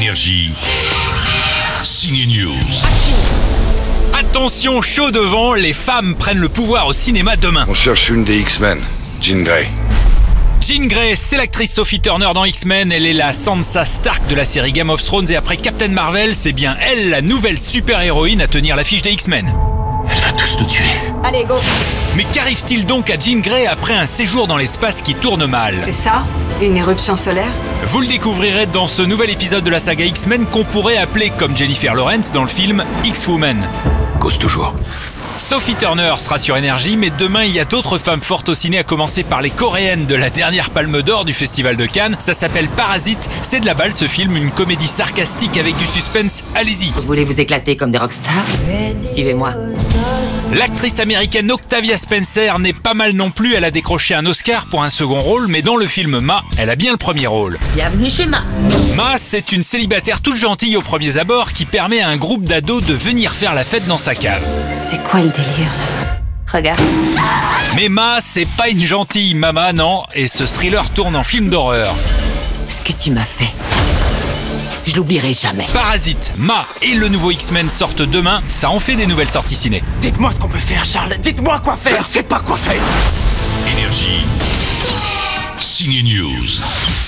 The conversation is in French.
Énergie. Signe News. Attention, chaud devant, les femmes prennent le pouvoir au cinéma demain. On cherche une des X-Men, Jean Grey. Jean Grey, c'est l'actrice Sophie Turner dans X-Men, elle est la Sansa Stark de la série Game of Thrones et après Captain Marvel, c'est bien elle la nouvelle super-héroïne à tenir l'affiche des X-Men. Elle va tous nous tuer. Allez, go. Mais qu'arrive-t-il donc à Jean Grey après un séjour dans l'espace qui tourne mal? C'est ça? Une éruption solaire? Vous le découvrirez dans ce nouvel épisode de la saga X-Men qu'on pourrait appeler, comme Jennifer Lawrence dans le film, X-Woman. Cause toujours. Sophie Turner sera sur Énergie, mais demain il y a d'autres femmes fortes au ciné, à commencer par les coréennes de la dernière Palme d'Or du Festival de Cannes. Ça s'appelle Parasite, c'est de la balle ce film, une comédie sarcastique avec du suspense, allez-y. Vous voulez vous éclater comme des rockstars? Suivez-moi. L'actrice américaine Octavia Spencer n'est pas mal non plus, elle a décroché un Oscar pour un second rôle, mais dans le film Ma, elle a bien le premier rôle. Bienvenue chez Ma. Ma, c'est une célibataire toute gentille aux premiers abords qui permet à un groupe d'ados de venir faire la fête dans sa cave. C'est quoi le délire là? Regarde. Mais Ma, c'est pas une gentille Mama, non, et ce thriller tourne en film d'horreur. Ce que tu m'as fait, je l'oublierai jamais. Parasite, Ma et le nouveau X-Men sortent demain, ça en fait des nouvelles sorties ciné. Dites-moi ce qu'on peut faire, Charles. Dites-moi quoi faire. Je ne sais pas quoi faire. Énergie. Signe News.